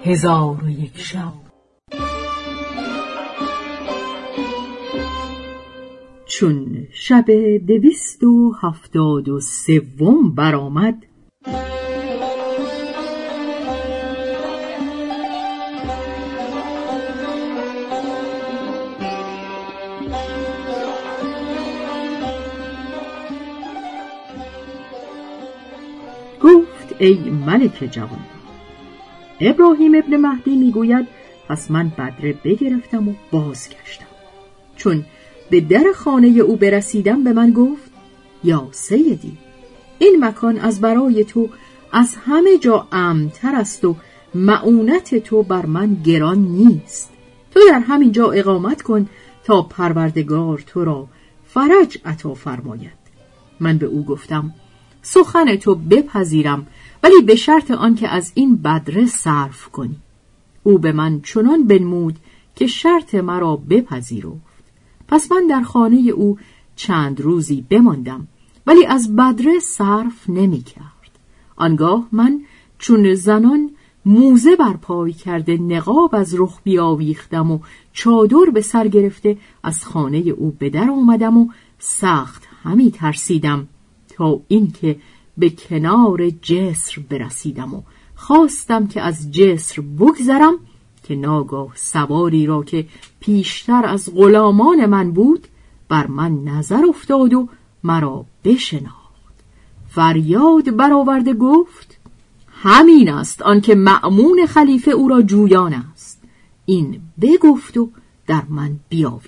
1001 شب. چون شب 273 برآمد، گفت ای ملک جوان، ابراهیم ابن مهدی میگوید پس من بدره بگرفتم و بازگشتم. چون به در خانه او برسیدم به من گفت یا سیدی، این مکان از برای تو از همه جا امن‌تر است و مؤونت تو بر من گران نیست. تو در همین جا اقامت کن تا پروردگار تو را فرج عطا فرماید. من به او گفتم سخن تو بپذیرم، ولی به شرط آنکه از این بدره صرف کنی. او به من چنان بنمود که شرط مرا بپذیرفت. پس من در خانه او چند روزی بماندم، ولی از بدره صرف نمی کرد. آنگاه من چون زنان موزه بر پای کرده، نقاب از رخ بیاویختم و چادر به سر گرفته از خانه او به در آمدم و سخت همی ترسیدم تا اینکه به کنار جسر برسیدم و خواستم که از جسر بگذرم که ناگاه سواری را که پیشتر از غلامان من بود بر من نظر افتاد و مرا بشناخت. فریاد برآورده گفت همین است آنکه مأمون خلیفه او را جویان است. این بگفت و در من بیاوید.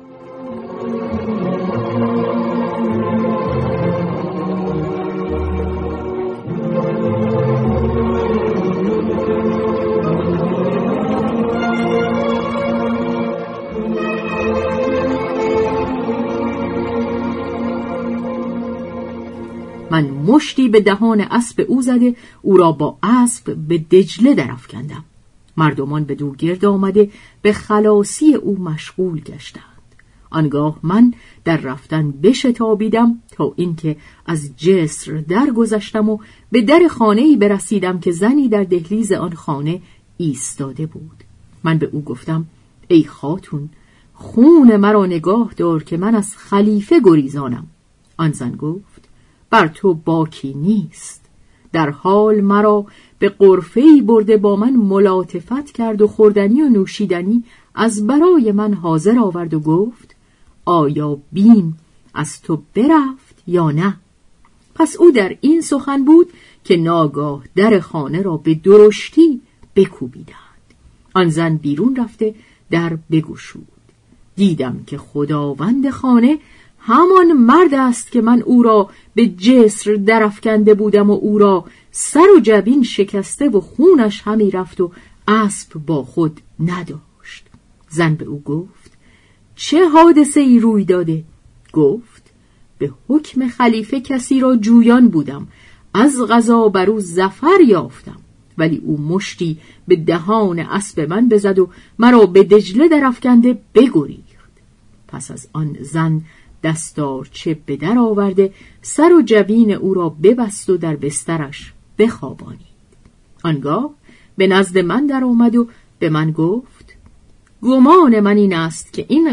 من مشتی به دهان اسب او زده او را با اسب به دجله درافکندم. مردمان به دو گرد آمده به خلاصی او مشغول گشتند. آنگاه من در رفتن بشتابیدم تا اینکه از جسر درگذشتم و به در خانه‌ای برسیدم که زنی در دهلیز آن خانه ایستاده بود. من به او گفتم ای خاتون، خون مرا نگاه دار که من از خلیفه گریزانم. آن زن گفت بر تو باکی نیست. در حال مرا به غرفه‌ای برده با من ملاطفت کرد و خوردنی و نوشیدنی از برای من حاضر آورد و گفت آیا بیم از تو برفت یا نه؟ پس او در این سخن بود که ناگاه در خانه را به درشتی بکوبیدند. آن زن بیرون رفته در بگشود. دیدم که خداوند خانه همان مرد است که من او را به جسر درافکنده بودم و او را سر و جبین شکسته و خونش همی رفت و اسب با خود نداشت. زن به او گفت چه حادثه ای روی داده؟ گفت به حکم خلیفه کسی را جویان بودم، از قضا بر او ظفر یافتم، ولی او مشتی به دهان اسب من بزد و مرا به دجله درافکنده بگریخت. پس از آن زن دستارچه به در آورده سر و جبین او را ببست و در بسترش بخوابانید. آنگاه به نزد من در آمد و به من گفت گمان من این است که این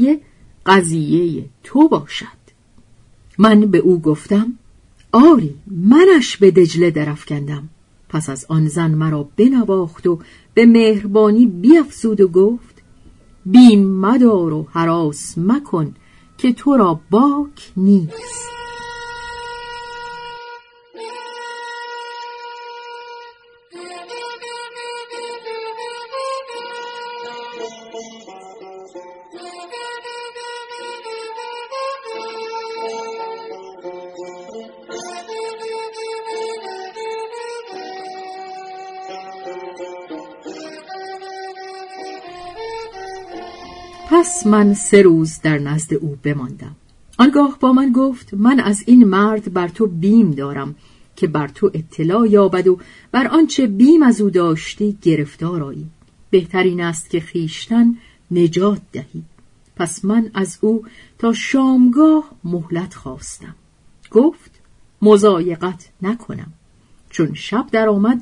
قضیه تو باشد. من به او گفتم آری، منش به دجله درافکندم. پس از آن زن مرا بنواخت و به مهربانی بیفزود و گفت بیم مدار و هراس مکن که تو را باک نیست. پس من 3 روز در نزد او بماندم. آنگاه با من گفت من از این مرد بر تو بیم دارم که بر تو اطلاع یابد و بر آنچه بیم از او داشتی گرفتار آیی. بهترین است که خیشتن نجات دهی. پس من از او تا شامگاه مهلت خواستم. گفت مضایقت نکنم. چون شب در آمد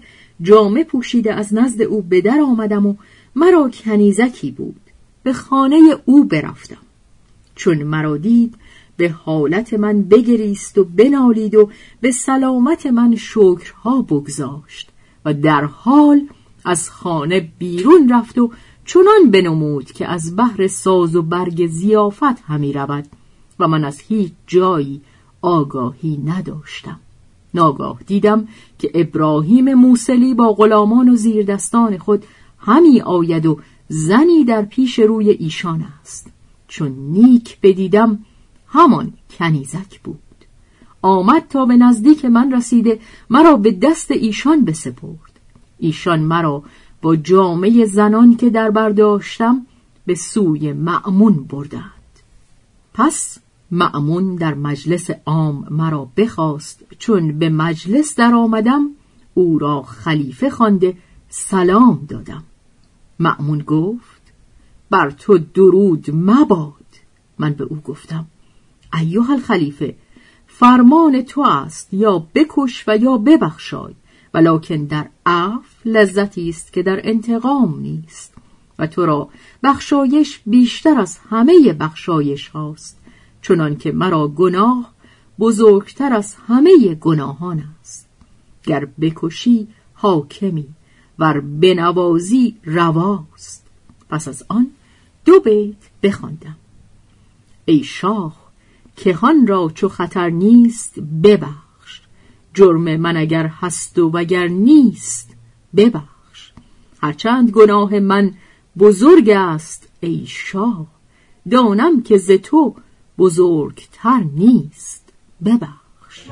جامه پوشیده از نزد او به در آمدم و مرا کنیزکی بود به خانه او برفتم. چون مرا دید به حالت من بگریست و بنالید و به سلامت من شکرها بگذاشت و در حال از خانه بیرون رفت و چنان بنمود که از بحر ساز و برگ ضیافت همی رود و من از هیچ جایی آگاهی نداشتم. ناگاه دیدم که ابراهیم موصلی با غلامان و زیردستان خود همی آید و زنی در پیش روی ایشان است. چون نیک بدیدم همان کنیزک بود. آمد تا به نزدیک من رسیده مرا به دست ایشان بسپرد. ایشان مرا با جامه زنان که در برداشتم به سوی مأمون بردند. پس مأمون در مجلس عام مرا بخواست. چون به مجلس در آمدم او را خلیفه خوانده سلام دادم. مأمون گفت بر تو درود مباد. من به او گفتم ایها الخلیفه، فرمان تو است، یا بکش و یا ببخشای، ولکن در عفو لذتی است که در انتقام نیست و تو را بخشایش بیشتر از همه بخشایش هاست، چنان که مرا گناه بزرگتر از همه گناهان است. گر بکشی حاکمی ور بنوازی رواست. پس از آن 2 بیت بخواندم. ای شاه، کهان را چو خطر نیست ببخش، جرم من اگر هست و وگر نیست ببخش. هرچند گناه من بزرگ است ای شاه، دانم که ز تو بزرگتر نیست ببخش.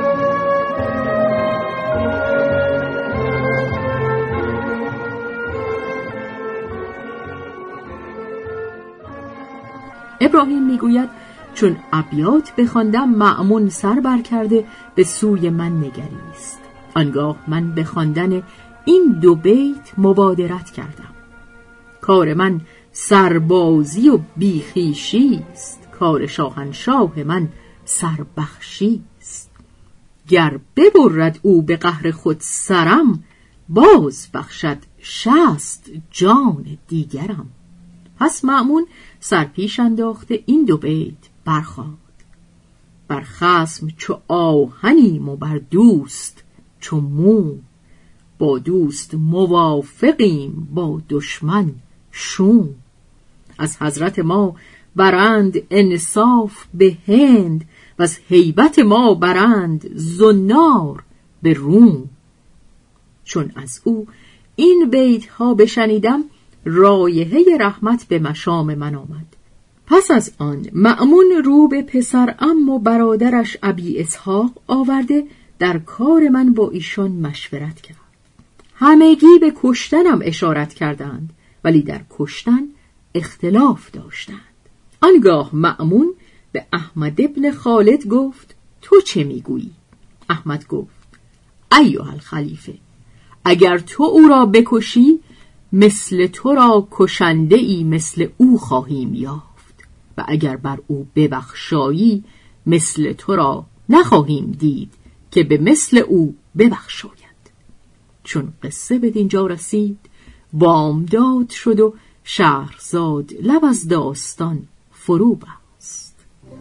ابراهیم میگوید چون ابیات بخواندم مأمون سر بر کرده به سوی من نگریست. آنگاه من به خواندن این 2 بیت مبادرت کردم. کار من سربازی و بیخیشی است، کار شاهنشاه من سربخشی است. گر ببرد او به قهر خود سرم، باز بخشد 60 جان دیگرم. پس مأمون سرپیش انداخته این 2 بیت برخواند. بر خصم چو آهنیم و بر دوست چو موم، با دوست موافقیم با دشمن شوم. از حضرت ما برند انصاف به هند، و از هیبت ما برند زنار به روم. چون از او این بیت ها بشنیدم رایحه رحمت به مشام من آمد. پس از آن مأمون رو به پسر عم و برادرش ابی اسحاق آورده در کار من با ایشان مشورت کرد. همگی به کشتنم اشارت کردند، ولی در کشتن اختلاف داشتند. آنگاه مأمون به احمد ابن خالد گفت تو چه میگویی؟ احمد گفت ایها الخلیفه، اگر تو او را بکشی مثل تو را کشنده ای مثل او خواهیم یافت، و اگر بر او ببخشایی مثل تو را نخواهیم دید که به مثل او ببخشاید. چون قصه به دینجا رسید بامداد شد و شهرزاد لب از داستان فرو بست.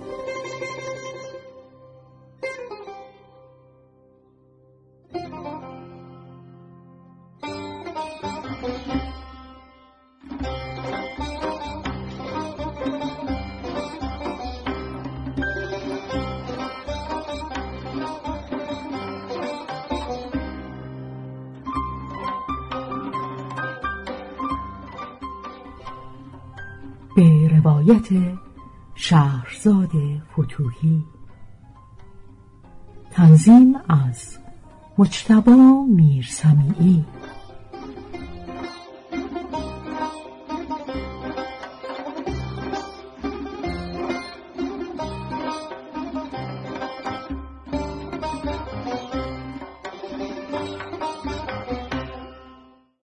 به روایت شهرزاد فتوحی. تنظیم از مجتبی میرسمیعی.